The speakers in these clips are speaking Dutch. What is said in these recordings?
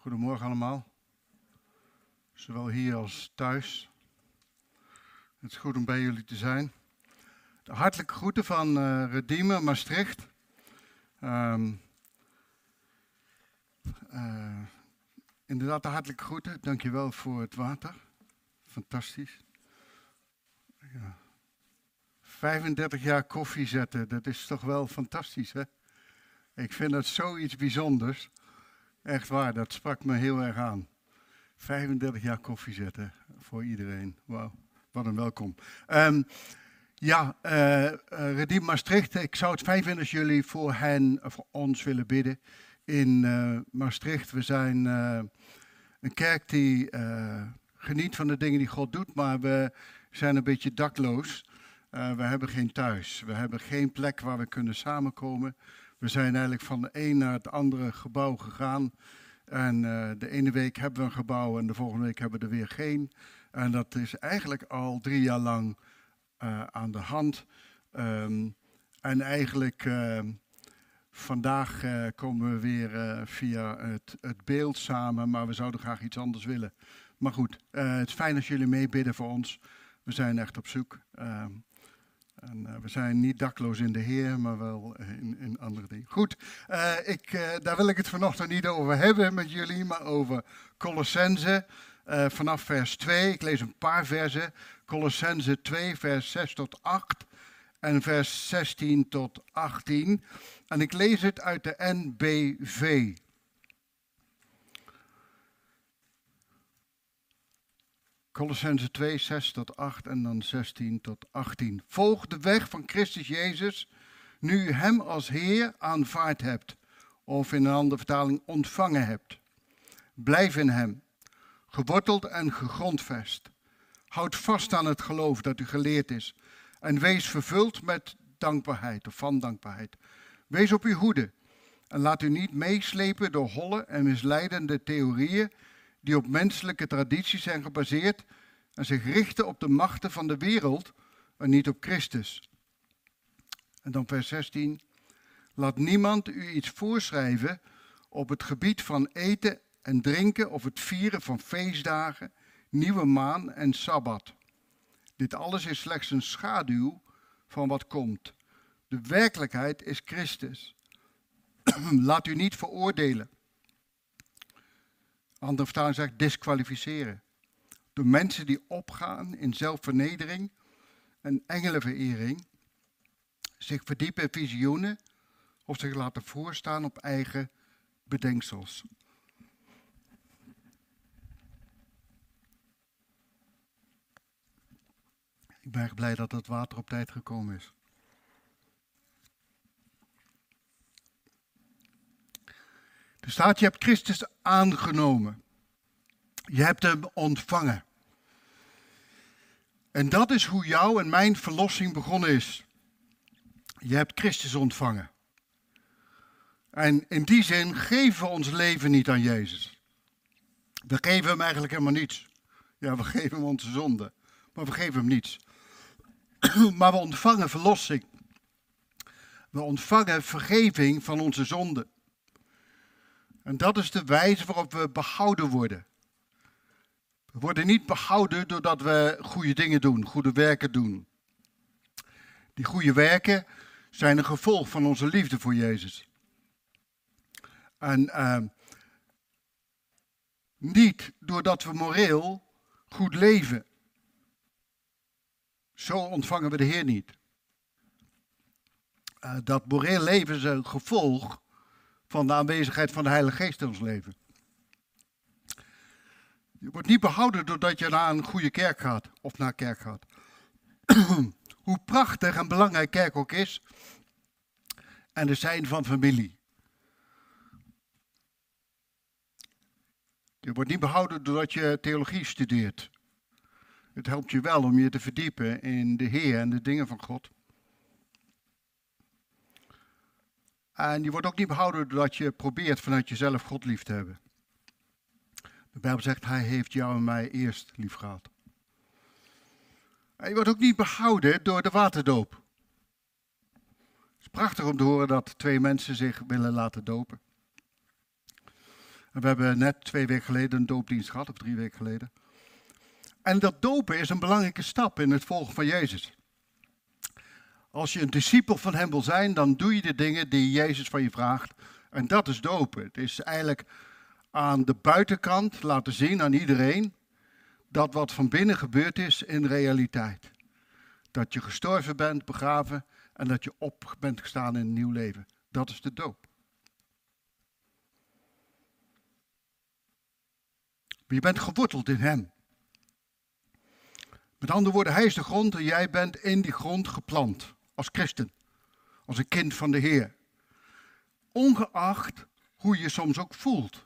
Goedemorgen allemaal, zowel hier als thuis. Het is goed om bij jullie te zijn. De hartelijke groeten van Redeemer Maastricht. Inderdaad, de hartelijke groeten. Dankjewel voor het water. Fantastisch. Ja. 35 jaar koffie zetten, dat is toch wel fantastisch, hè? Ik vind dat zoiets bijzonders. Echt waar, dat sprak me heel erg aan. 35 jaar koffie zetten voor iedereen. Wauw, wat een welkom. Redeem Maastricht, ik zou het fijn vinden als jullie voor ons willen bidden. In Maastricht, we zijn een kerk die geniet van de dingen die God doet, maar we zijn een beetje dakloos. We hebben geen thuis, we hebben geen plek waar we kunnen samenkomen. We zijn eigenlijk van de een naar het andere gebouw gegaan. En de ene week hebben we een gebouw en de volgende week hebben we er weer geen. En dat is eigenlijk al 3 jaar lang aan de hand. En eigenlijk vandaag komen we weer via het beeld samen, maar we zouden graag iets anders willen. Maar goed, het is fijn als jullie meebidden voor ons. We zijn echt op zoek. En we zijn niet dakloos in de Heer, maar wel in andere dingen. Goed, daar wil ik het vanochtend niet over hebben met jullie, maar over Colossenzen vanaf vers 2. Ik lees een paar versen. Colossenzen 2, vers 6 tot 8 en vers 16 tot 18. En ik lees het uit de NBV. Colossenzen 2, 6 tot 8 en dan 16 tot 18. Volg de weg van Christus Jezus, nu u hem als Heer aanvaard hebt, of in een andere vertaling ontvangen hebt. Blijf in hem, geworteld en gegrondvest. Houd vast aan het geloof dat u geleerd is en wees vervuld met dankbaarheid of van dankbaarheid. Wees op uw hoede en laat u niet meeslepen door holle en misleidende theorieën die op menselijke tradities zijn gebaseerd en zich richten op de machten van de wereld en niet op Christus. En dan vers 16. Laat niemand u iets voorschrijven op het gebied van eten en drinken of het vieren van feestdagen, nieuwe maan en sabbat. Dit alles is slechts een schaduw van wat komt. De werkelijkheid is Christus. Laat u niet veroordelen. Andere vertaling zegt disqualificeren. Door mensen die opgaan in zelfvernedering en engelenverering, zich verdiepen in visioenen of zich laten voorstaan op eigen bedenksels. Ik ben erg blij dat het water op tijd gekomen is. Er staat, je hebt Christus aangenomen. Je hebt hem ontvangen. En dat is hoe jouw en mijn verlossing begonnen is. Je hebt Christus ontvangen. En in die zin geven we ons leven niet aan Jezus. We geven hem eigenlijk helemaal niets. Ja, we geven hem onze zonde, maar we geven hem niets. Maar we ontvangen verlossing. We ontvangen vergeving van onze zonden. En dat is de wijze waarop we behouden worden. We worden niet behouden doordat we goede dingen doen, goede werken doen. Die goede werken zijn een gevolg van onze liefde voor Jezus. En niet doordat we moreel goed leven. Zo ontvangen we de Heer niet. Dat moreel leven is een gevolg van de aanwezigheid van de Heilige Geest in ons leven. Je wordt niet behouden doordat je naar een goede kerk gaat of naar kerk gaat. Hoe prachtig en belangrijk kerk ook is en er zijn van familie. Je wordt niet behouden doordat je theologie studeert. Het helpt je wel om je te verdiepen in de Heer en de dingen van God. En je wordt ook niet behouden doordat je probeert vanuit jezelf God lief te hebben. De Bijbel zegt, hij heeft jou en mij eerst lief gehad. En je wordt ook niet behouden door de waterdoop. Het is prachtig om te horen dat 2 mensen zich willen laten dopen. En we hebben net 2 weken geleden een doopdienst gehad, of 3 weken geleden. En dat dopen is een belangrijke stap in het volgen van Jezus. Als je een discipel van hem wil zijn, dan doe je de dingen die Jezus van je vraagt. En dat is dopen. Het is eigenlijk aan de buitenkant laten zien aan iedereen dat wat van binnen gebeurd is in realiteit. Dat je gestorven bent, begraven en dat je op bent gestaan in een nieuw leven. Dat is de doop. Maar je bent geworteld in hem. Met andere woorden, hij is de grond en jij bent in die grond geplant. Als christen. Als een kind van de Heer. Ongeacht hoe je soms ook voelt.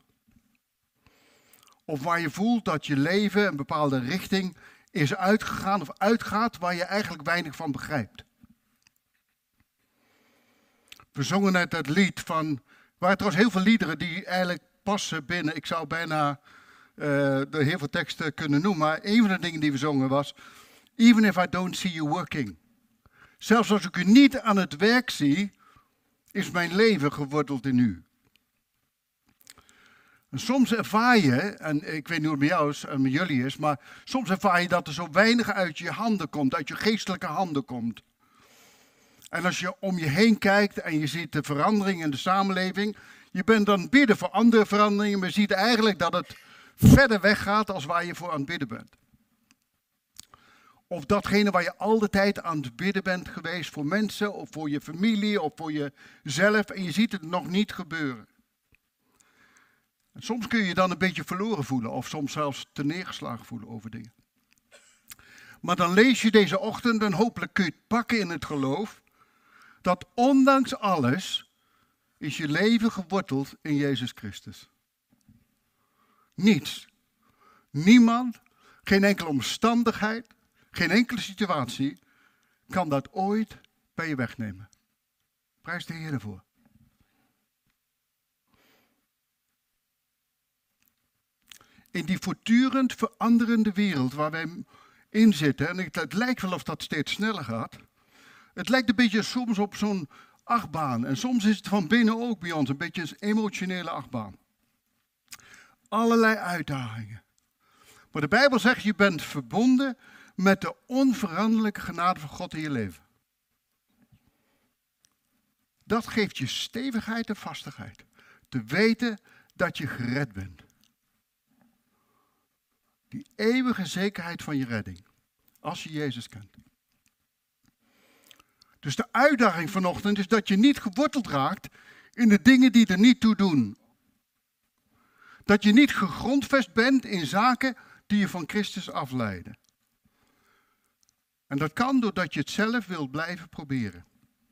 Of waar je voelt dat je leven een bepaalde richting is uitgegaan of uitgaat waar je eigenlijk weinig van begrijpt. We zongen net het lied van, er waren trouwens heel veel liederen die eigenlijk passen binnen. Ik zou bijna er heel veel teksten kunnen noemen, maar een van de dingen die we zongen was, even if I don't see you working. Zelfs als ik u niet aan het werk zie, is mijn leven geworteld in u. En soms ervaar je, en ik weet niet hoe het met jou is en met jullie is, maar soms ervaar je dat er zo weinig uit je handen komt, uit je geestelijke handen komt. En als je om je heen kijkt en je ziet de verandering in de samenleving, je bent dan bidden voor andere veranderingen, maar je ziet eigenlijk dat het verder weggaat als waar je voor aan het bidden bent. Of datgene waar je al de tijd aan het bidden bent geweest voor mensen, of voor je familie, of voor jezelf, en je ziet het nog niet gebeuren. En soms kun je je dan een beetje verloren voelen, of soms zelfs te neergeslagen voelen over dingen. Maar dan lees je deze ochtend, en hopelijk kun je het pakken in het geloof, dat ondanks alles is je leven geworteld in Jezus Christus. Niets, niemand, geen enkele omstandigheid, geen enkele situatie kan dat ooit bij je wegnemen. Prijs de Heer ervoor. In die voortdurend veranderende wereld waar wij in zitten, en het lijkt wel of dat steeds sneller gaat. Het lijkt een beetje soms op zo'n achtbaan. En soms is het van binnen ook bij ons een beetje een emotionele achtbaan. Allerlei uitdagingen. Maar de Bijbel zegt, je bent verbonden met de onveranderlijke genade van God in je leven. Dat geeft je stevigheid en vastigheid. Te weten dat je gered bent. Die eeuwige zekerheid van je redding. Als je Jezus kent. Dus de uitdaging vanochtend is dat je niet geworteld raakt in de dingen die er niet toe doen. Dat je niet gegrondvest bent in zaken die je van Christus afleiden. En dat kan doordat je het zelf wilt blijven proberen.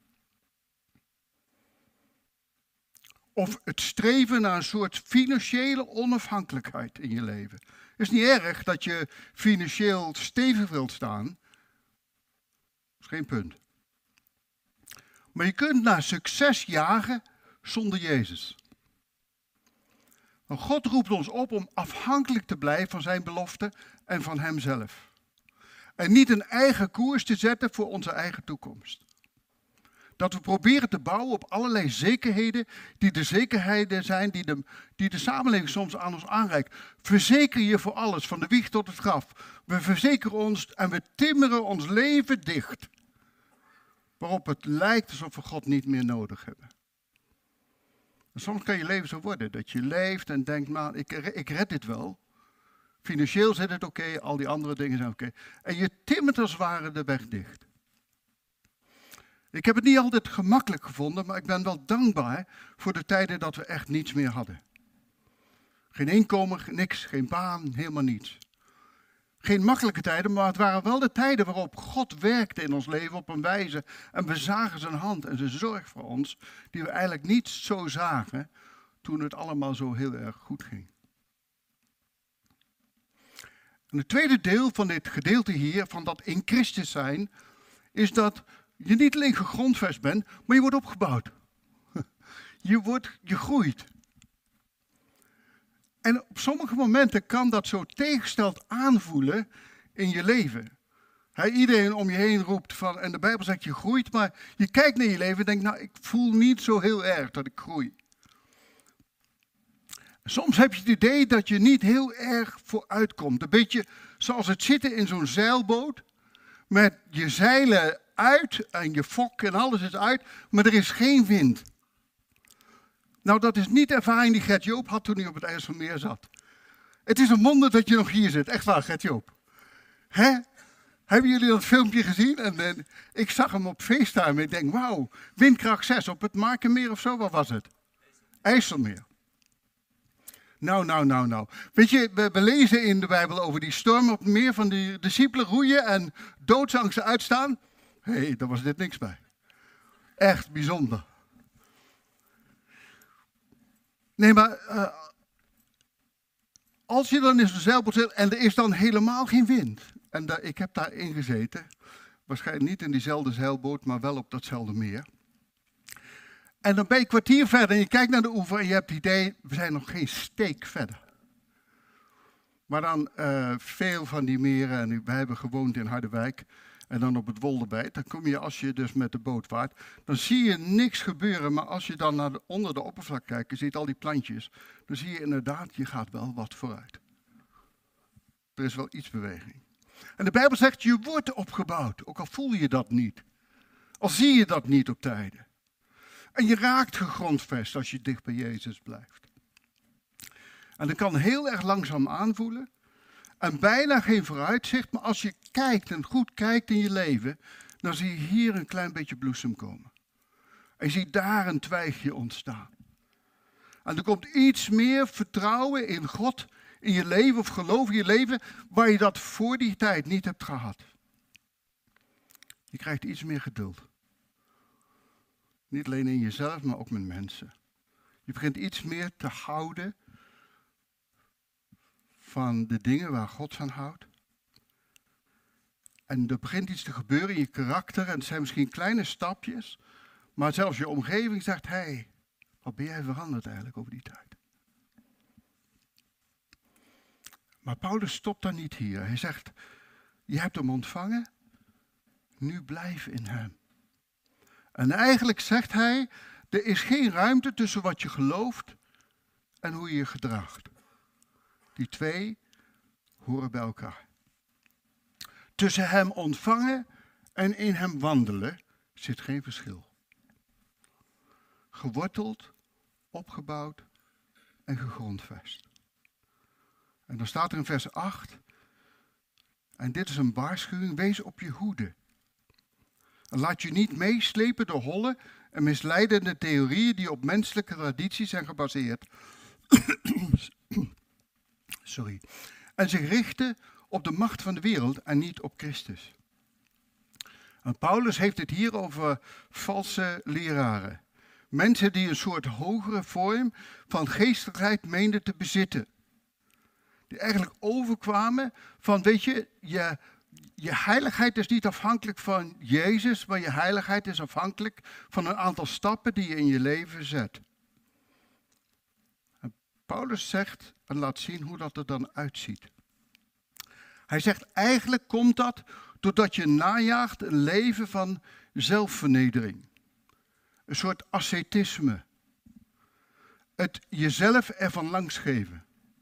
Of het streven naar een soort financiële onafhankelijkheid in je leven. Het is niet erg dat je financieel stevig wilt staan. Dat is geen punt. Maar je kunt naar succes jagen zonder Jezus. Want God roept ons op om afhankelijk te blijven van zijn belofte en van hemzelf. En niet een eigen koers te zetten voor onze eigen toekomst. Dat we proberen te bouwen op allerlei zekerheden die de zekerheden zijn die de samenleving soms aan ons aanreikt. Verzeker je voor alles, van de wieg tot het graf. We verzekeren ons en we timmeren ons leven dicht. Waarop het lijkt alsof we God niet meer nodig hebben. En soms kan je leven zo worden, dat je leeft en denkt, man, ik red dit wel. Financieel zit het oké, al die andere dingen zijn oké. En je timmert als het ware de weg dicht. Ik heb het niet altijd gemakkelijk gevonden, maar ik ben wel dankbaar voor de tijden dat we echt niets meer hadden. Geen inkomen, niks, geen baan, helemaal niets. Geen makkelijke tijden, maar het waren wel de tijden waarop God werkte in ons leven op een wijze. En we zagen zijn hand en zijn zorg voor ons, die we eigenlijk niet zo zagen toen het allemaal zo heel erg goed ging. En het tweede deel van dit gedeelte hier, van dat in Christus zijn, is dat je niet alleen gegrondvest bent, maar je wordt opgebouwd. Je groeit. En op sommige momenten kan dat zo tegengesteld aanvoelen in je leven. Iedereen om je heen roept van, en de Bijbel zegt je groeit, maar je kijkt naar je leven en denkt, nou ik voel niet zo heel erg dat ik groei. Soms heb je het idee dat je niet heel erg vooruit komt. Een beetje zoals het zitten in zo'n zeilboot. Met je zeilen uit en je fok en alles is uit, maar er is geen wind. Nou, dat is niet de ervaring die Gert Joop had toen hij op het IJsselmeer zat. Het is een wonder dat je nog hier zit. Echt waar, Gert Joop. Hè? Hebben jullie dat filmpje gezien? En ik zag hem op FaceTime en ik denk, wauw, windkracht 6 op het Markenmeer of zo, wat was het? IJsselmeer. Nou. Weet je, we lezen in de Bijbel over die storm op het meer van die discipelen roeien en doodsangsten uitstaan. Hé, daar was dit niks bij. Echt bijzonder. Nee, maar als je dan in zo'n zeilboot zit en er is dan helemaal geen wind. En ik heb daarin gezeten. Waarschijnlijk niet in diezelfde zeilboot, maar wel op datzelfde meer. En dan ben je een kwartier verder en je kijkt naar de oever en je hebt het idee, we zijn nog geen steek verder. Maar dan veel van die meren, en wij hebben gewoond in Harderwijk en dan op het Wolderbijt, dan kom je, als je dus met de boot vaart, dan zie je niks gebeuren. Maar als je dan onder de oppervlak kijkt, je ziet al die plantjes, dan zie je inderdaad, je gaat wel wat vooruit. Er is wel iets beweging. En de Bijbel zegt, je wordt opgebouwd, ook al voel je dat niet. Al zie je dat niet op tijden. En je raakt gegrondvest als je dicht bij Jezus blijft. En dat kan heel erg langzaam aanvoelen. En bijna geen vooruitzicht. Maar als je kijkt en goed kijkt in je leven, dan zie je hier een klein beetje bloesem komen. En je ziet daar een twijgje ontstaan. En er komt iets meer vertrouwen in God in je leven of geloof in je leven, waar je dat voor die tijd niet hebt gehad. Je krijgt iets meer geduld. Niet alleen in jezelf, maar ook met mensen. Je begint iets meer te houden van de dingen waar God van houdt. En er begint iets te gebeuren in je karakter. En het zijn misschien kleine stapjes. Maar zelfs je omgeving zegt, hé, wat ben jij veranderd eigenlijk over die tijd. Maar Paulus stopt dan niet hier. Hij zegt, je hebt hem ontvangen, nu blijf in hem. En eigenlijk zegt hij, er is geen ruimte tussen wat je gelooft en hoe je je gedraagt. Die twee horen bij elkaar. Tussen hem ontvangen en in hem wandelen zit geen verschil. Geworteld, opgebouwd en gegrondvest. En dan staat er in vers 8, en dit is een waarschuwing, wees op je hoede. En laat je niet meeslepen door holle en misleidende theorieën die op menselijke tradities zijn gebaseerd. Sorry. En zich richten op de macht van de wereld en niet op Christus. En Paulus heeft het hier over valse leraren. Mensen die een soort hogere vorm van geestelijkheid meenden te bezitten. Die eigenlijk overkwamen van, weet je, je heiligheid is niet afhankelijk van Jezus, maar je heiligheid is afhankelijk van een aantal stappen die je in je leven zet. En Paulus zegt en laat zien hoe dat er dan uitziet. Hij zegt, eigenlijk komt dat doordat je najaagt een leven van zelfvernedering. Een soort ascetisme. Het jezelf ervan langs geven.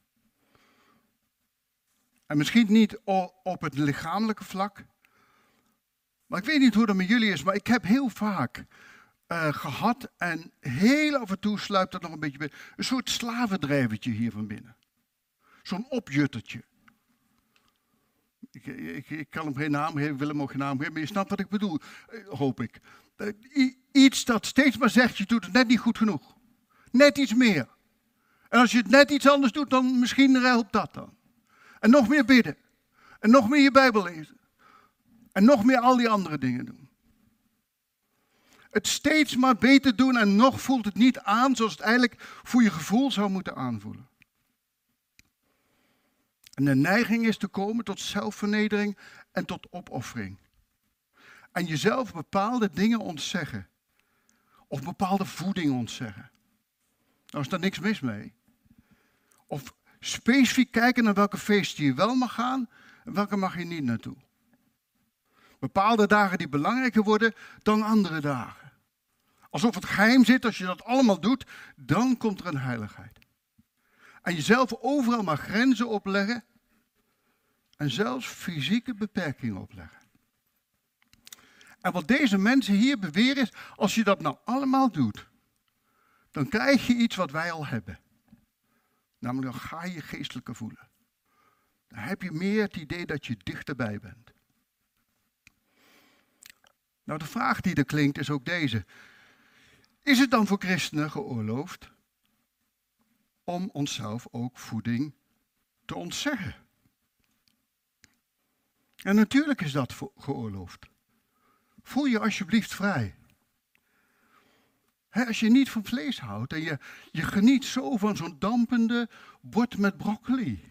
En misschien niet op het lichamelijke vlak. Maar ik weet niet hoe dat met jullie is, maar ik heb heel vaak gehad en heel af en toe sluipt dat nog een beetje binnen. Een soort slavendrijvertje hier van binnen. Zo'n opjuttertje. Ik kan hem geen naam geven, ik wil hem ook geen naam geven, maar je snapt wat ik bedoel, hoop ik. Iets dat steeds maar zegt, je doet het net niet goed genoeg. Net iets meer. En als je het net iets anders doet, dan misschien helpt dat dan. En nog meer bidden. En nog meer je Bijbel lezen. En nog meer al die andere dingen doen. Het steeds maar beter doen en nog voelt het niet aan zoals het eigenlijk voor je gevoel zou moeten aanvoelen. En de neiging is te komen tot zelfvernedering en tot opoffering. En jezelf bepaalde dingen ontzeggen. Of bepaalde voeding ontzeggen. Nou is daar niks mis mee. Of specifiek kijken naar welke feesten je wel mag gaan en welke mag je niet naartoe. Bepaalde dagen die belangrijker worden dan andere dagen. Alsof het geheim zit, als je dat allemaal doet, dan komt er een heiligheid. En jezelf overal maar grenzen opleggen. En zelfs fysieke beperkingen opleggen. En wat deze mensen hier beweren is, als je dat nou allemaal doet, dan krijg je iets wat wij al hebben. Namelijk dan ga je geestelijker voelen. Dan heb je meer het idee dat je dichterbij bent. Nou, de vraag die er klinkt is ook deze. Is het dan voor christenen geoorloofd om onszelf ook voeding te ontzeggen? En natuurlijk is dat geoorloofd. Voel je alsjeblieft vrij. Als je niet van vlees houdt en je geniet zo van zo'n dampende bord met broccoli.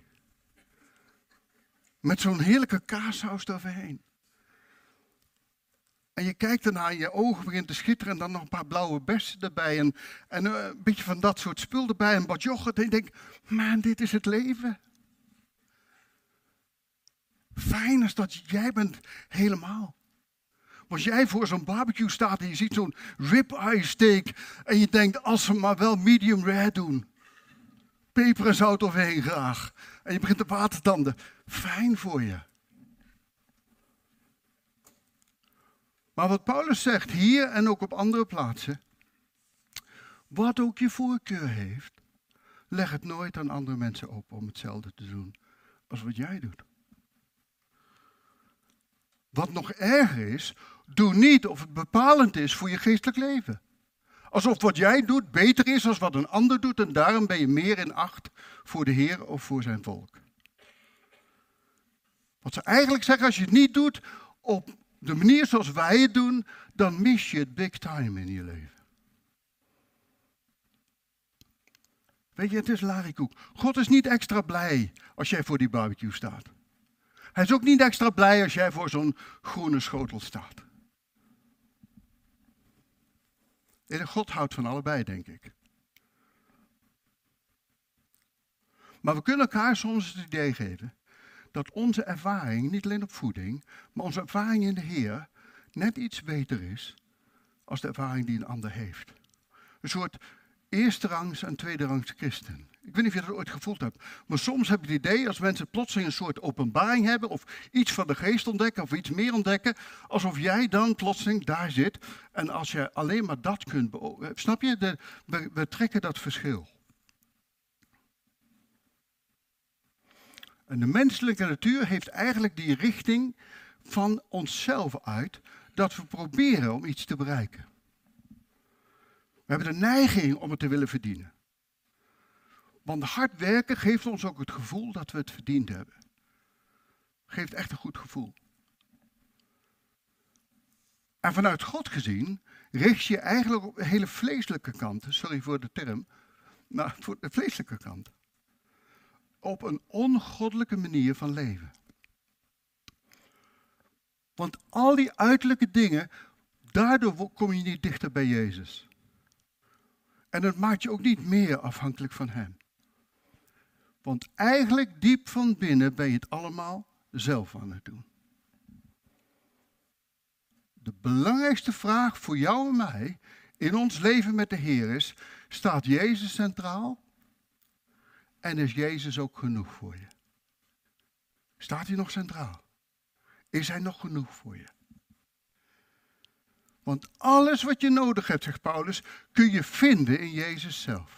Met zo'n heerlijke kaassaus eroverheen. En je kijkt ernaar en je ogen beginnen te schitteren en dan nog een paar blauwe bessen erbij. En een beetje van dat soort spul erbij en wat yoghurt. En je denkt, man, dit is het leven. Fijn als dat jij bent helemaal. Als jij voor zo'n barbecue staat en je ziet zo'n ribeye steak. En je denkt, als ze maar wel medium rare doen. Peper en zout overheen graag. En je begint te watertanden. Fijn voor je. Maar wat Paulus zegt hier en ook op andere plaatsen. Wat ook je voorkeur heeft. Leg het nooit aan andere mensen op om hetzelfde te doen als wat jij doet. Wat nog erger is, doe niet of het bepalend is voor je geestelijk leven. Alsof wat jij doet beter is dan wat een ander doet en daarom ben je meer in acht voor de Heer of voor zijn volk. Wat ze eigenlijk zeggen, als je het niet doet op de manier zoals wij het doen, dan mis je het big time in je leven. Weet je, het is larikoek. God is niet extra blij als jij voor die barbecue staat. Hij is ook niet extra blij als jij voor zo'n groene schotel staat. En God houdt van allebei, denk ik. Maar we kunnen elkaar soms het idee geven dat onze ervaring, niet alleen op voeding, maar onze ervaring in de Heer net iets beter is als de ervaring die een ander heeft. Een soort eersterangs en tweederangs christen. Ik weet niet of je dat ooit gevoeld hebt. Maar soms heb je het idee als mensen plotseling een soort openbaring hebben. Of iets van de geest ontdekken of iets meer ontdekken. Alsof jij dan plotseling daar zit. En als je alleen maar dat kunt snap je? We trekken dat verschil. En de menselijke natuur heeft eigenlijk die richting van onszelf uit. Dat we proberen om iets te bereiken. We hebben de neiging om het te willen verdienen. Want hard werken geeft ons ook het gevoel dat we het verdiend hebben. Geeft echt een goed gevoel. En vanuit God gezien richt je eigenlijk op hele vleeselijke kanten, sorry voor de term, maar voor de vleeselijke kant. Op een ongoddelijke manier van leven. Want al die uiterlijke dingen, daardoor kom je niet dichter bij Jezus. En het maakt je ook niet meer afhankelijk van Hem. Want eigenlijk diep van binnen ben je het allemaal zelf aan het doen. De belangrijkste vraag voor jou en mij in ons leven met de Heer is, staat Jezus centraal? En is Jezus ook genoeg voor je? Staat hij nog centraal? Is hij nog genoeg voor je? Want alles wat je nodig hebt, zegt Paulus, kun je vinden in Jezus zelf.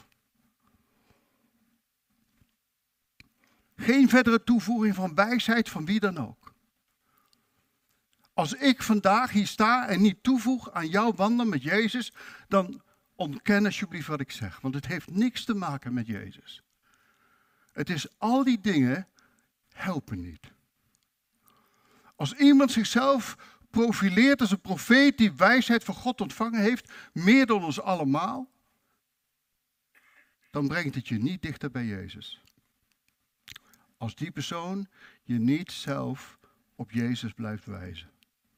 Geen verdere toevoeging van wijsheid van wie dan ook. Als ik vandaag hier sta en niet toevoeg aan jouw wandel met Jezus, dan ontken alsjeblieft wat ik zeg. Want het heeft niks te maken met Jezus. Het is al die dingen helpen niet. Als iemand zichzelf profileert als een profeet die wijsheid van God ontvangen heeft, meer dan ons allemaal, dan brengt het je niet dichter bij Jezus. Als die persoon je niet zelf op Jezus blijft wijzen.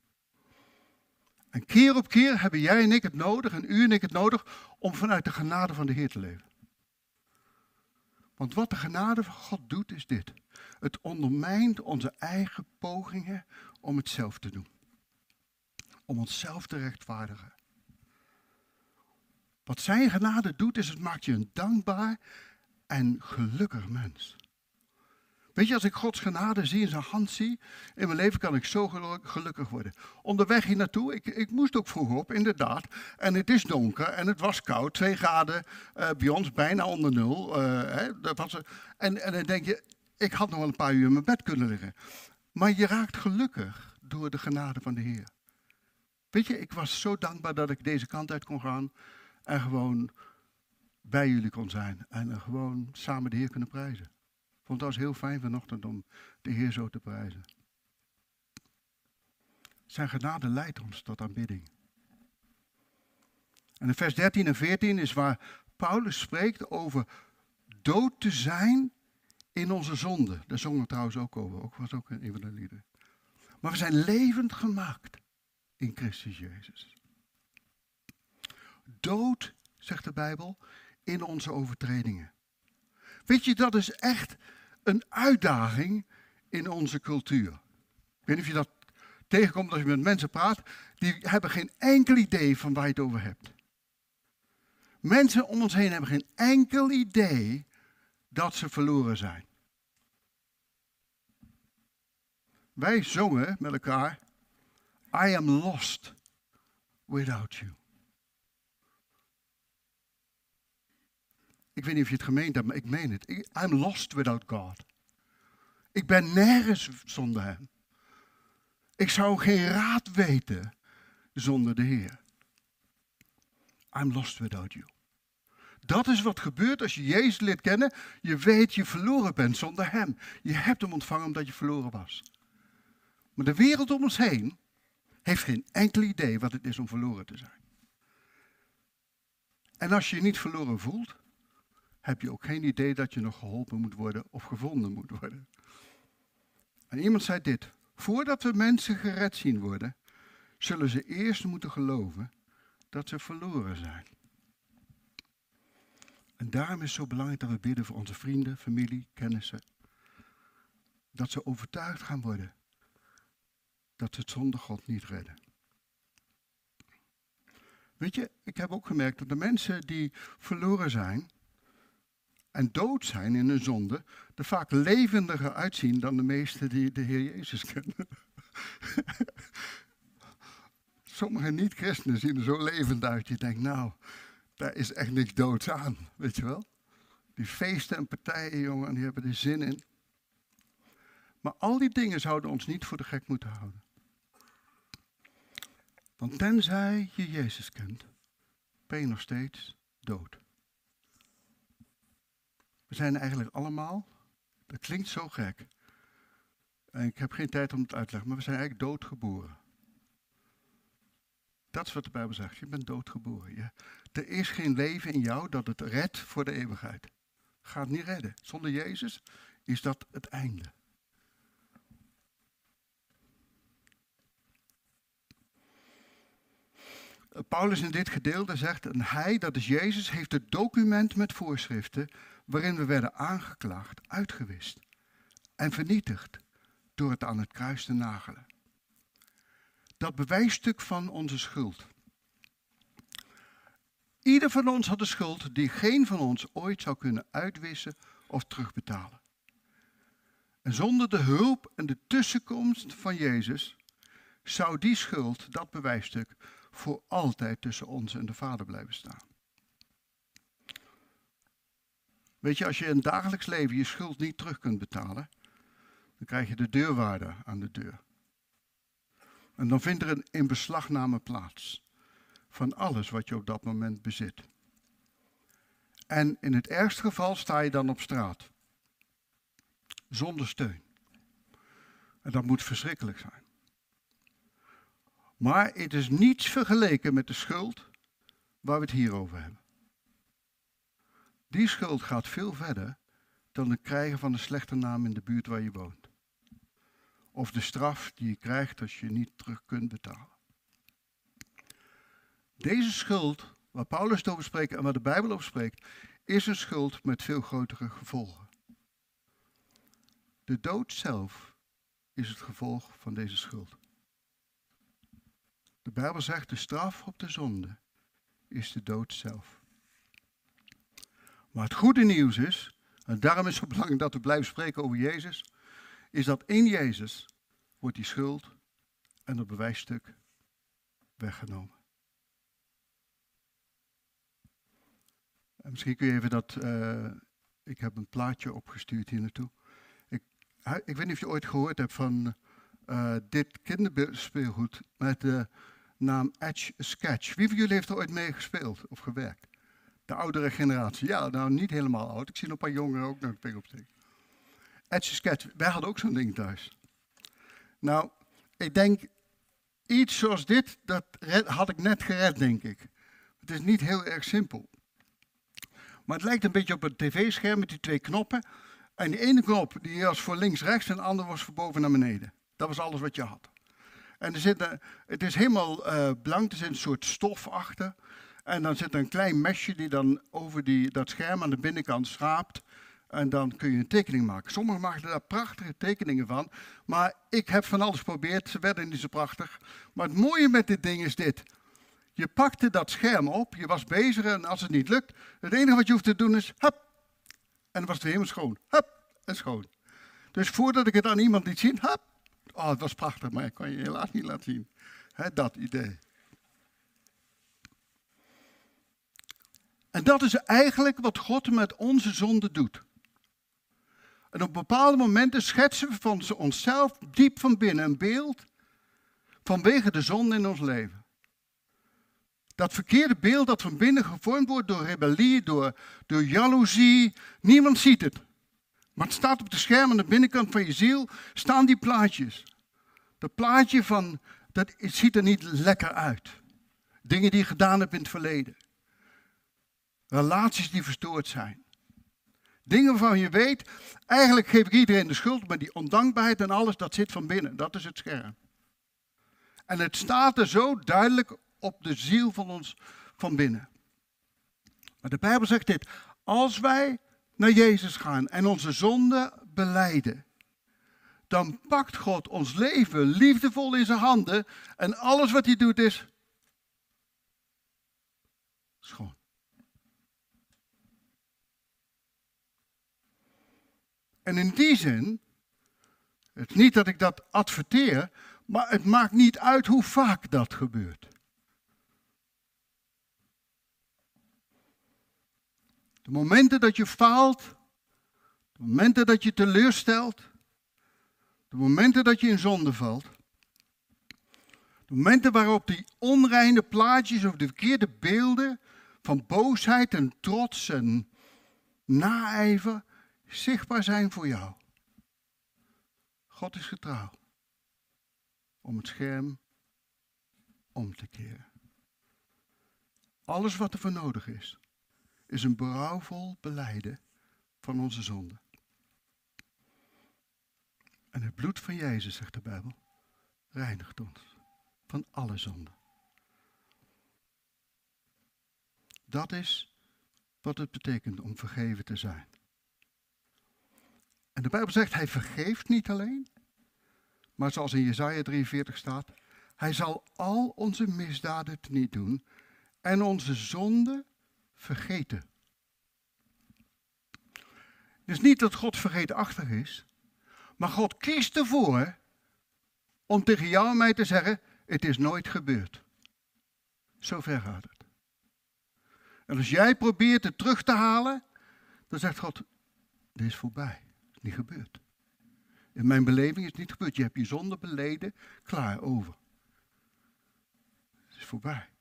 En keer op keer hebben jij en ik het nodig, en u en ik het nodig, om vanuit de genade van de Heer te leven. Want wat de genade van God doet, is dit. Het ondermijnt onze eigen pogingen om het zelf te doen. Om onszelf te rechtvaardigen. Wat zijn genade doet, is het maakt je een dankbaar en gelukkig mens. Weet je, als ik Gods genade zie, in zijn hand zie, in mijn leven kan ik zo gelukkig worden. Onderweg hier naartoe, ik moest ook vroeg op, inderdaad. En het is donker en het was koud, 2 graden, bij ons bijna onder 0. En dan denk je, ik had nog wel een paar uur in mijn bed kunnen liggen. Maar je raakt gelukkig door de genade van de Heer. Weet je, ik was zo dankbaar dat ik deze kant uit kon gaan en gewoon bij jullie kon zijn. En gewoon samen de Heer kunnen prijzen. Ik vond het heel fijn vanochtend om de Heer zo te prijzen. Zijn genade leidt ons tot aanbidding. En in vers 13 en 14 is waar Paulus spreekt over dood te zijn in onze zonde. Daar zongen we trouwens ook over. Was ook een van de liederen. Maar we zijn levend gemaakt in Christus Jezus. Dood, zegt de Bijbel, in onze overtredingen. Weet je, dat is echt een uitdaging in onze cultuur. Ik weet niet of je dat tegenkomt als je met mensen praat. Die hebben geen enkel idee van waar je het over hebt. Mensen om ons heen hebben geen enkel idee dat ze verloren zijn. Wij zongen met elkaar, I am lost without you. Ik weet niet of je het gemeend hebt, maar ik meen het. I'm lost without God. Ik ben nergens zonder hem. Ik zou geen raad weten zonder de Heer. I'm lost without you. Dat is wat gebeurt als je Jezus leert kennen. Je weet je verloren bent zonder hem. Je hebt hem ontvangen omdat je verloren was. Maar de wereld om ons heen heeft geen enkel idee wat het is om verloren te zijn. En als je je niet verloren voelt, heb je ook geen idee dat je nog geholpen moet worden of gevonden moet worden. En iemand zei dit: voordat we mensen gered zien worden, zullen ze eerst moeten geloven dat ze verloren zijn. En daarom is het zo belangrijk dat we bidden voor onze vrienden, familie, kennissen. Dat ze overtuigd gaan worden dat ze het zonder God niet redden. Weet je, ik heb ook gemerkt dat de mensen die verloren zijn en dood zijn in hun zonde, er vaak levendiger uitzien dan de meesten die de Heer Jezus kennen. Sommige niet-christenen zien er zo levend uit. Je denkt, nou, daar is echt niks doods aan, weet je wel. Die feesten en partijen, jongen, die hebben er zin in. Maar al die dingen zouden ons niet voor de gek moeten houden. Want tenzij je Jezus kent, ben je nog steeds dood. We zijn eigenlijk allemaal, dat klinkt zo gek. En ik heb geen tijd om het uit te leggen, maar we zijn eigenlijk doodgeboren. Dat is wat de Bijbel zegt, je bent doodgeboren. Er is geen leven in jou dat het redt voor de eeuwigheid. Gaat niet redden. Zonder Jezus is dat het einde. Paulus in dit gedeelte zegt, en hij, dat is Jezus, heeft het document met voorschriften waarin we werden aangeklaagd, uitgewist en vernietigd door het aan het kruis te nagelen. Dat bewijsstuk van onze schuld. Ieder van ons had een schuld die geen van ons ooit zou kunnen uitwissen of terugbetalen. En zonder de hulp en de tussenkomst van Jezus zou die schuld, dat bewijsstuk, voor altijd tussen ons en de Vader blijven staan. Weet je, als je in het dagelijks leven je schuld niet terug kunt betalen, dan krijg je de deurwaarder aan de deur. En dan vindt er een inbeslagname plaats van alles wat je op dat moment bezit. En in het ergste geval sta je dan op straat. Zonder steun. En dat moet verschrikkelijk zijn. Maar het is niets vergeleken met de schuld waar we het hier over hebben. Die schuld gaat veel verder dan het krijgen van een slechte naam in de buurt waar je woont. Of de straf die je krijgt als je niet terug kunt betalen. Deze schuld, waar Paulus het over spreekt en waar de Bijbel over spreekt, is een schuld met veel grotere gevolgen. De dood zelf is het gevolg van deze schuld. De Bijbel zegt, de straf op de zonde is de dood zelf. Maar het goede nieuws is En daarom is het zo belangrijk dat we blijven spreken over Jezus. Is dat in Jezus wordt die schuld en het bewijsstuk weggenomen. En misschien kun je even dat... ik heb een plaatje opgestuurd hier naartoe. Ik weet niet of je ooit gehoord hebt van dit kinderspeelgoed met de naam Etch-a-Sketch. Wie van jullie heeft er ooit mee gespeeld of gewerkt? De oudere generatie. Ja, nou niet helemaal oud. Ik zie nog een paar jongeren ook nog een pik opsteken. Etch-a-Sketch. Wij hadden ook zo'n ding thuis. Nou, ik denk, iets zoals dit, dat had ik net gered, denk ik. Het is niet heel erg simpel. Maar het lijkt een beetje op een tv-scherm met die twee knoppen. En die ene knop die was voor links-rechts en de andere was voor boven naar beneden. Dat was alles wat je had. En het is helemaal blank, er zit een soort stof achter. En dan zit er een klein mesje die dan over dat scherm aan de binnenkant schraapt. En dan kun je een tekening maken. Sommigen maken daar prachtige tekeningen van. Maar ik heb van alles geprobeerd, ze werden niet zo prachtig. Maar het mooie met dit ding is dit. Je pakte dat scherm op, je was bezig en als het niet lukt, het enige wat je hoeft te doen is, hup. En dan was het weer helemaal schoon. Hup, en schoon. Dus voordat ik het aan iemand liet zien, hup. Oh, het was prachtig, maar ik kan je helaas niet laten zien. Dat idee. En dat is eigenlijk wat God met onze zonde doet. En op bepaalde momenten schetsen we van onszelf diep van binnen een beeld vanwege de zonde in ons leven. Dat verkeerde beeld dat van binnen gevormd wordt door rebellie, door jaloezie. Niemand ziet het. Maar het staat op de scherm aan de binnenkant van je ziel, staan die plaatjes. Dat plaatje van, dat ziet er niet lekker uit. Dingen die je gedaan hebt in het verleden. Relaties die verstoord zijn. Dingen waarvan je weet, eigenlijk geef ik iedereen de schuld, maar die ondankbaarheid en alles, dat zit van binnen. Dat is het scherm. En het staat er zo duidelijk op de ziel van ons van binnen. Maar de Bijbel zegt dit. Als wij naar Jezus gaan en onze zonde belijden, dan pakt God ons leven liefdevol in zijn handen en alles wat hij doet is schoon. En in die zin, het is niet dat ik dat adverteer, maar het maakt niet uit hoe vaak dat gebeurt. De momenten dat je faalt, de momenten dat je teleurstelt, de momenten dat je in zonde valt, de momenten waarop die onreine plaatjes of de verkeerde beelden van boosheid en trots en naijver zichtbaar zijn voor jou. God is getrouw om het scherm om te keren. Alles wat er voor nodig is een berouwvol belijden van onze zonde. En het bloed van Jezus, zegt de Bijbel, reinigt ons van alle zonde. Dat is wat het betekent om vergeven te zijn. En de Bijbel zegt, hij vergeeft niet alleen, maar zoals in Jesaja 43 staat, hij zal al onze misdaden teniet doen en onze zonde vergeten. Dus niet dat God vergeetachtig is, maar God kiest ervoor om tegen jou en mij te zeggen, het is nooit gebeurd. Zo ver gaat het. En als jij probeert het terug te halen, dan zegt God, dit is voorbij. Het is niet gebeurd. In mijn beleving is het niet gebeurd. Je hebt je zonde beleden, klaar, over. Het is voorbij.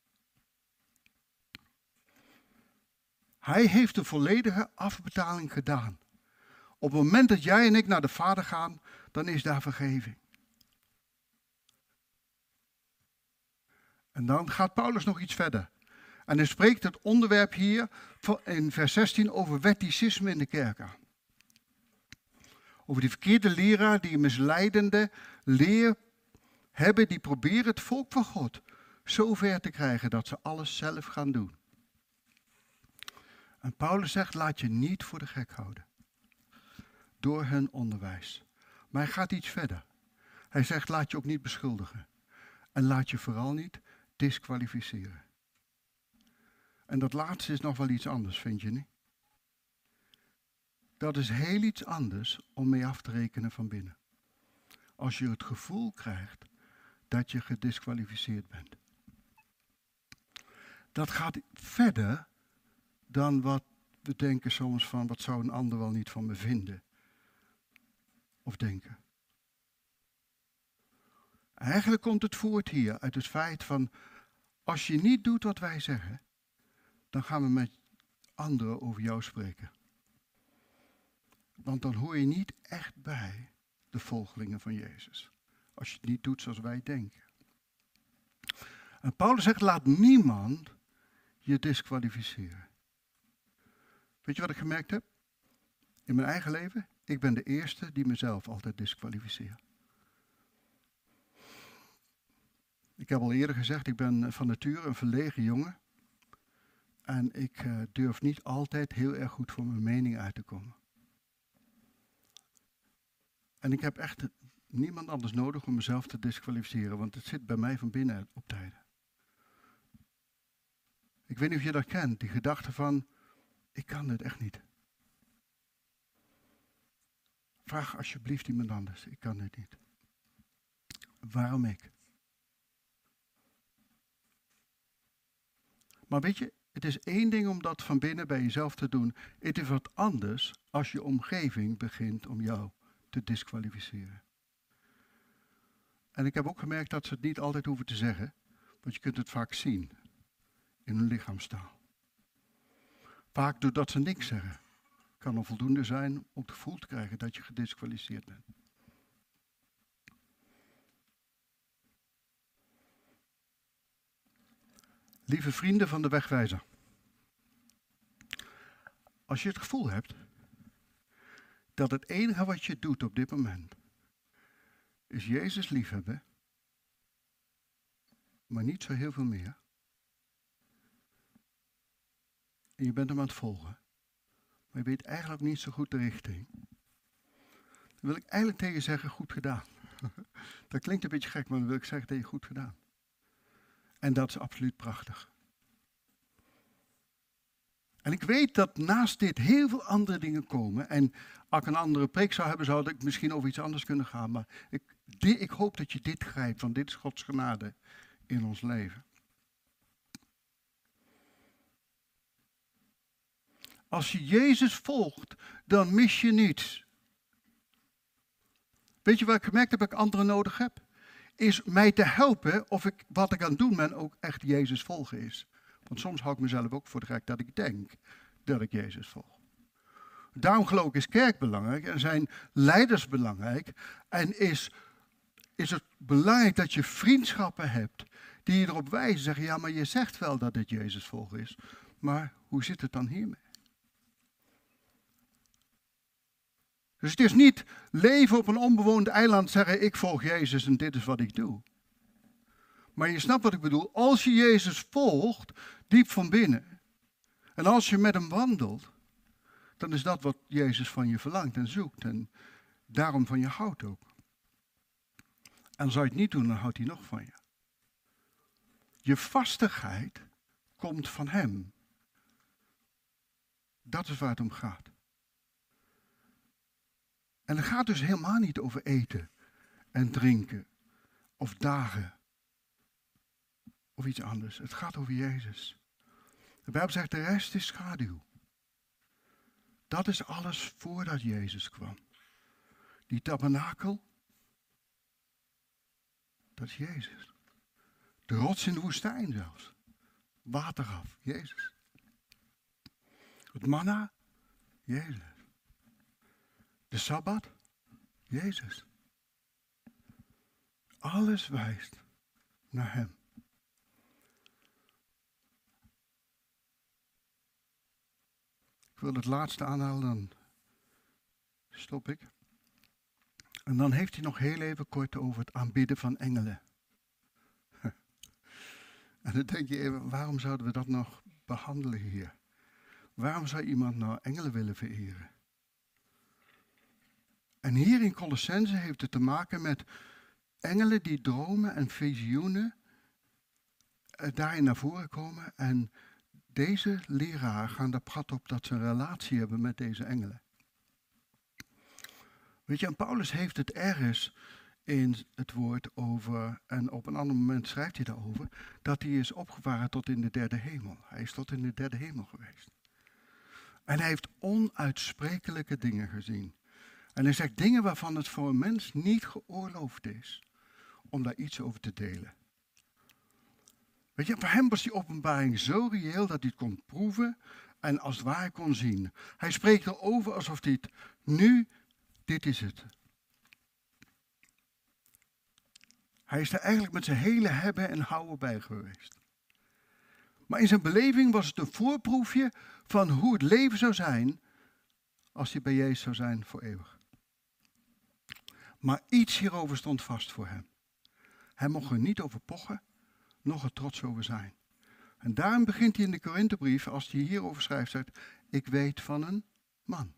Hij heeft de volledige afbetaling gedaan. Op het moment dat jij en ik naar de Vader gaan, dan is daar vergeving. En dan gaat Paulus nog iets verder. En hij spreekt het onderwerp hier in vers 16 over wetticisme in de kerk aan. Over die verkeerde leraar die een misleidende leer hebben, die proberen het volk van God zo ver te krijgen dat ze alles zelf gaan doen. En Paulus zegt, laat je niet voor de gek houden. Door hun onderwijs. Maar hij gaat iets verder. Hij zegt, laat je ook niet beschuldigen. En laat je vooral niet disqualificeren. En dat laatste is nog wel iets anders, vind je niet? Dat is heel iets anders om mee af te rekenen van binnen. Als je het gevoel krijgt dat je gediskwalificeerd bent. Dat gaat verder dan wat we denken soms van, wat zou een ander wel niet van me vinden? Of denken. Eigenlijk komt het voort hier uit het feit van, als je niet doet wat wij zeggen, dan gaan we met anderen over jou spreken. Want dan hoor je niet echt bij de volgelingen van Jezus. Als je het niet doet zoals wij denken. En Paulus zegt, laat niemand je disqualificeren. Weet je wat ik gemerkt heb? In mijn eigen leven, ik ben de eerste die mezelf altijd disqualificeert. Ik heb al eerder gezegd, ik ben van nature een verlegen jongen. En ik durf niet altijd heel erg goed voor mijn mening uit te komen. En ik heb echt niemand anders nodig om mezelf te disqualificeren, want het zit bij mij van binnen op tijden. Ik weet niet of je dat kent, die gedachte van, ik kan dit echt niet. Vraag alsjeblieft iemand anders, ik kan dit niet. Waarom ik? Maar weet je, het is één ding om dat van binnen bij jezelf te doen. Het is wat anders als je omgeving begint om jou te disqualificeren. En ik heb ook gemerkt dat ze het niet altijd hoeven te zeggen, want je kunt het vaak zien in hun lichaamstaal. Vaak doordat ze niks zeggen, kan er voldoende zijn om het gevoel te krijgen dat je gedisqualificeerd bent. Lieve vrienden van de wegwijzer. Als je het gevoel hebt dat het enige wat je doet op dit moment is Jezus liefhebben, maar niet zo heel veel meer. En je bent hem aan het volgen, maar je weet eigenlijk niet zo goed de richting. Dan wil ik eigenlijk tegen je zeggen, goed gedaan. Dat klinkt een beetje gek, maar dan wil ik zeggen tegen je, goed gedaan. En dat is absoluut prachtig. En ik weet dat naast dit heel veel andere dingen komen. En als ik een andere preek zou hebben, zou ik misschien over iets anders kunnen gaan. Maar ik hoop dat je dit grijpt, want dit is Gods genade in ons leven. Als je Jezus volgt, dan mis je niets. Weet je wat ik gemerkt heb dat ik anderen nodig heb? Is mij te helpen of wat ik aan het doen ben ook echt Jezus volgen is. Want soms hou ik mezelf ook voor de gek dat ik denk dat ik Jezus volg. Daarom geloof ik is kerk belangrijk en zijn leiders belangrijk. En is het belangrijk dat je vriendschappen hebt die je erop wijzen. Zeggen, ja, maar je zegt wel dat dit Jezus volgen is. Maar hoe zit het dan hiermee? Dus het is niet leven op een onbewoond eiland zeggen, ik volg Jezus en dit is wat ik doe. Maar je snapt wat ik bedoel. Als je Jezus volgt, diep van binnen. En als je met hem wandelt, dan is dat wat Jezus van je verlangt en zoekt. En daarom van je houdt ook. En zou je het niet doen, dan houdt hij nog van je. Je vastigheid komt van hem. Dat is waar het om gaat. En het gaat dus helemaal niet over eten en drinken of dagen of iets anders. Het gaat over Jezus. De Bijbel zegt de rest is schaduw. Dat is alles voordat Jezus kwam. Die tabernakel, dat is Jezus. De rots in de woestijn zelfs. Wateraf, Jezus. Het manna, Jezus. De Sabbat, Jezus. Alles wijst naar hem. Ik wil het laatste aanhalen, dan stop ik. En dan heeft hij nog heel even kort over het aanbidden van engelen. En dan denk je even, waarom zouden we dat nog behandelen hier? Waarom zou iemand nou engelen willen vereren? En hier in Colossense heeft het te maken met engelen die dromen en visioenen daarin naar voren komen. En deze leraar gaan er prat op dat ze een relatie hebben met deze engelen. Weet je, en Paulus heeft het ergens in het woord over, en op een ander moment schrijft hij daarover, dat hij is opgevaren tot in de derde hemel. Hij is tot in de derde hemel geweest. En hij heeft onuitsprekelijke dingen gezien. En hij zegt dingen waarvan het voor een mens niet geoorloofd is om daar iets over te delen. Weet je, voor hem was die openbaring zo reëel dat hij het kon proeven en als het ware kon zien. Hij spreekt erover alsof hij het nu, dit is het. Hij is er eigenlijk met zijn hele hebben en houden bij geweest. Maar in zijn beleving was het een voorproefje van hoe het leven zou zijn als hij bij Jezus zou zijn voor eeuwig. Maar iets hierover stond vast voor hem. Hij mocht er niet over pochen, nog er trots over zijn. En daarom begint hij in de Korinthebrief, als hij hierover schrijft, zegt, ik weet van een man.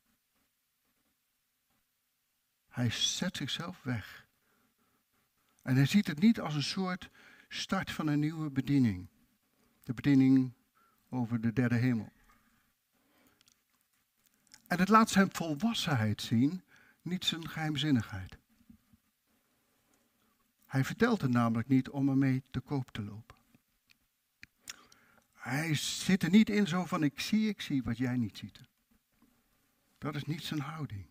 Hij zet zichzelf weg. En hij ziet het niet als een soort start van een nieuwe bediening. De bediening over de derde hemel. En het laat zijn volwassenheid zien, niet zijn geheimzinnigheid. Hij vertelt het namelijk niet om ermee te koop te lopen. Hij zit er niet in zo van ik zie wat jij niet ziet. Dat is niet zijn houding.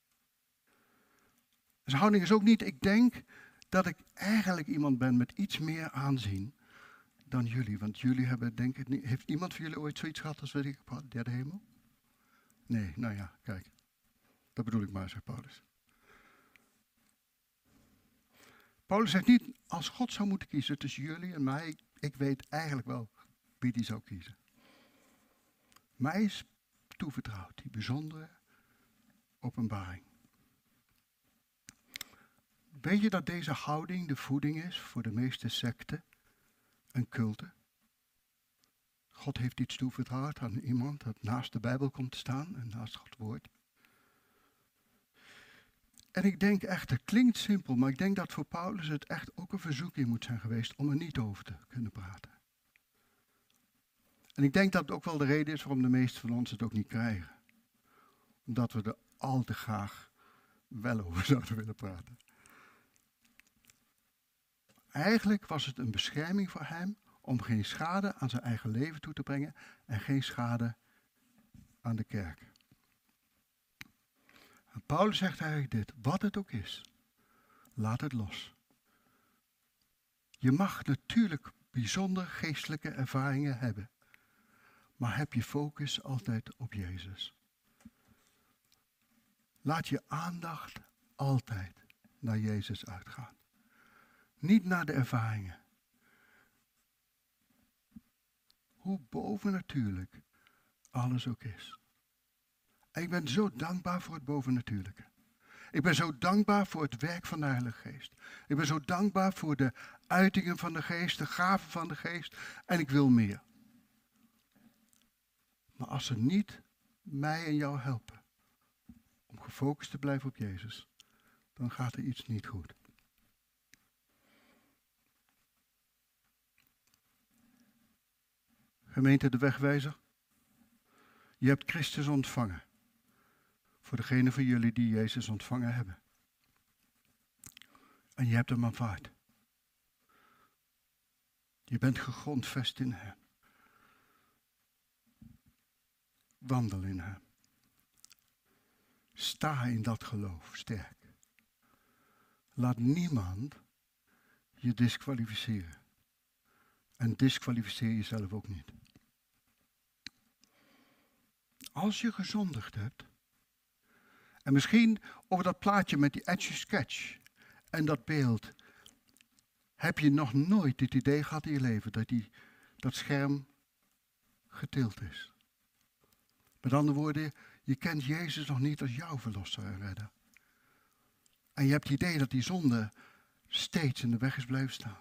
Zijn houding is ook niet, ik denk dat ik eigenlijk iemand ben met iets meer aanzien dan jullie. Want jullie hebben denk ik niet, heeft iemand van jullie ooit zoiets gehad als weet ik op de derde hemel? Nee, nou ja, kijk. Dat bedoel ik maar, zegt Paulus. Paulus zegt niet, als God zou moeten kiezen tussen jullie en mij, ik weet eigenlijk wel wie die zou kiezen. Mij is toevertrouwd, die bijzondere openbaring. Weet je dat deze houding de voeding is voor de meeste secten en culten? God heeft iets toevertrouwd aan iemand dat naast de Bijbel komt te staan en naast Gods woord. En ik denk echt, het klinkt simpel, maar ik denk dat voor Paulus het echt ook een verzoeking moet zijn geweest om er niet over te kunnen praten. En ik denk dat het ook wel de reden is waarom de meesten van ons het ook niet krijgen. Omdat we er al te graag wel over zouden willen praten. Eigenlijk was het een bescherming voor hem om geen schade aan zijn eigen leven toe te brengen en geen schade aan de kerk. En Paulus zegt eigenlijk dit, wat het ook is, laat het los. Je mag natuurlijk bijzondere geestelijke ervaringen hebben, maar heb je focus altijd op Jezus. Laat je aandacht altijd naar Jezus uitgaan. Niet naar de ervaringen. Hoe bovennatuurlijk alles ook is. En ik ben zo dankbaar voor het bovennatuurlijke. Ik ben zo dankbaar voor het werk van de Heilige Geest. Ik ben zo dankbaar voor de uitingen van de Geest, de gaven van de Geest. En ik wil meer. Maar als ze niet mij en jou helpen om gefocust te blijven op Jezus, dan gaat er iets niet goed. Gemeente de Wegwijzer, je hebt Christus ontvangen. Voor degenen van jullie die Jezus ontvangen hebben. En je hebt hem aanvaard. Je bent gegrondvest in hem. Wandel in hem. Sta in dat geloof sterk. Laat niemand je disqualificeren. En disqualificeer jezelf ook niet. Als je gezondigd hebt, en misschien over dat plaatje met die Etch-a-Sketch en dat beeld, heb je nog nooit het idee gehad in je leven dat scherm getild is. Met andere woorden, je kent Jezus nog niet als jouw verlosser en redder. En je hebt het idee dat die zonde steeds in de weg is blijven staan.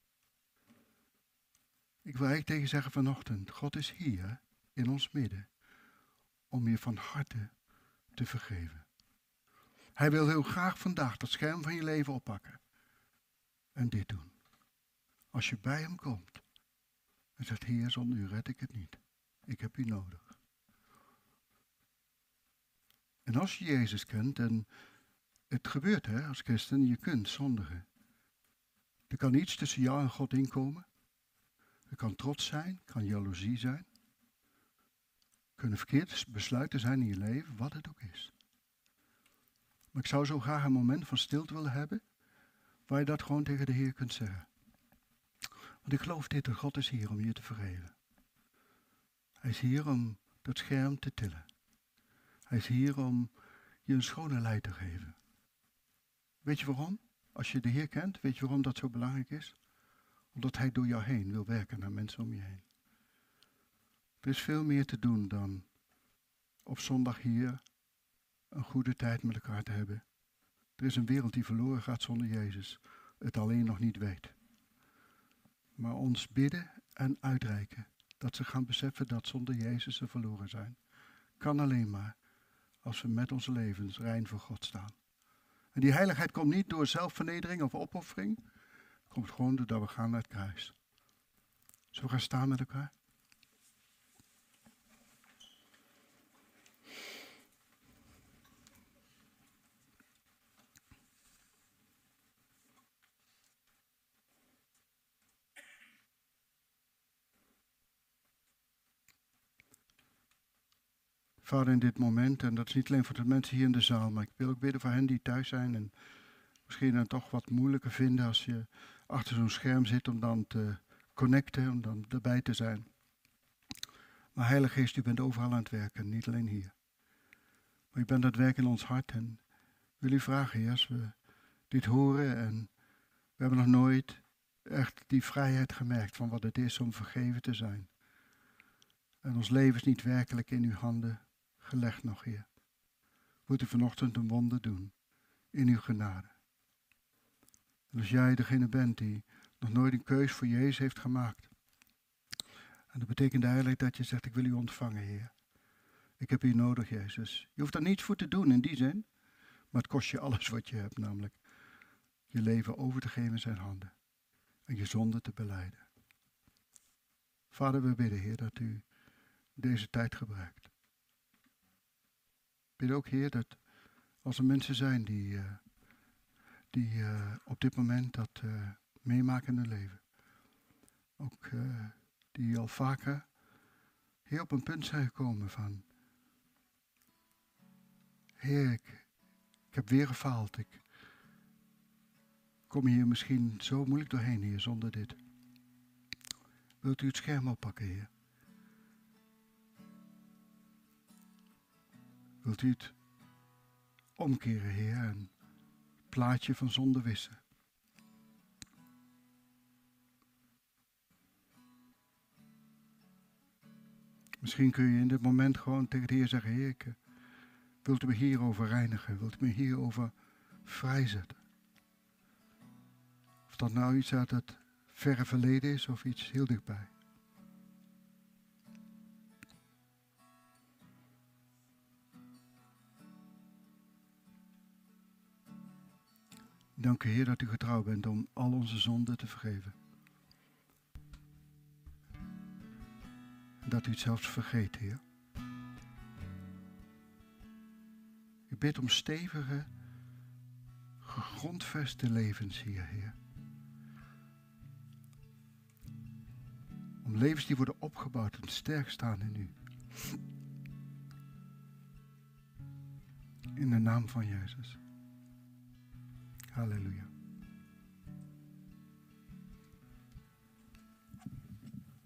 Ik wil eigenlijk tegen je zeggen vanochtend, God is hier in ons midden om je van harte te vergeven. Hij wil heel graag vandaag dat scherm van je leven oppakken. En dit doen. Als je bij hem komt en zegt, Heer, zonder u red ik het niet. Ik heb u nodig. En als je Jezus kent, en het gebeurt hè, als christen, je kunt zondigen. Er kan iets tussen jou en God inkomen. Er kan trots zijn, kan jaloezie zijn. Kunnen verkeerde besluiten zijn in je leven, wat het ook is. Maar ik zou zo graag een moment van stilte willen hebben, waar je dat gewoon tegen de Heer kunt zeggen. Want ik geloof dit, dat God is hier om je te vergeven. Hij is hier om dat scherm te tillen. Hij is hier om je een schone lei te geven. Weet je waarom? Als je de Heer kent, weet je waarom dat zo belangrijk is? Omdat Hij door jou heen wil werken naar mensen om je heen. Er is veel meer te doen dan op zondag hier een goede tijd met elkaar te hebben. Er is een wereld die verloren gaat zonder Jezus, het alleen nog niet weet. Maar ons bidden en uitreiken, dat ze gaan beseffen dat zonder Jezus ze verloren zijn, kan alleen maar als we met onze levens rein voor God staan. En die heiligheid komt niet door zelfvernedering of opoffering, het komt gewoon doordat we gaan naar het kruis. Zullen we gaan staan met elkaar? Vader, in dit moment, en dat is niet alleen voor de mensen hier in de zaal, maar ik wil ook bidden voor hen die thuis zijn en misschien dan toch wat moeilijker vinden als je achter zo'n scherm zit om dan te connecten, om dan erbij te zijn. Maar Heilige Geest, u bent overal aan het werken, niet alleen hier. Maar u bent aan het werken in ons hart en wil u vragen, Heer, als we dit horen en we hebben nog nooit echt die vrijheid gemerkt van wat het is om vergeven te zijn. En ons leven is niet werkelijk in uw handen gelegd nog, Heer. Wilt u vanochtend een wonder doen in uw genade. En als jij degene bent die nog nooit een keus voor Jezus heeft gemaakt. En dat betekent eigenlijk dat je zegt, ik wil u ontvangen, Heer. Ik heb u nodig, Jezus. Je hoeft daar niets voor te doen in die zin. Maar het kost je alles wat je hebt, namelijk je leven over te geven in zijn handen. En je zonde te belijden. Vader, we bidden, Heer, dat u deze tijd gebruikt. Ik bid ook, Heer, dat als er mensen zijn die op dit moment dat meemaken in hun leven. Ook die al vaker hier op een punt zijn gekomen van, Heer, ik heb weer gefaald. Ik kom hier misschien zo moeilijk doorheen, Heer, zonder dit. Wilt u het scherm oppakken, Heer? Wilt u het omkeren, Heer, en het plaatje van zonde wissen? Misschien kun je in dit moment gewoon tegen de Heer zeggen, Heer, wilt u me hierover reinigen? Wilt u me hierover vrijzetten? Of dat nou iets uit het verre verleden is of iets heel dichtbij. Dank u, Heer, dat u getrouw bent om al onze zonden te vergeven. Dat u het zelfs vergeet, Heer. Ik bid om stevige, gegrondveste levens hier, Heer. Om levens die worden opgebouwd en sterk staan in u. In de naam van Jezus. Halleluja.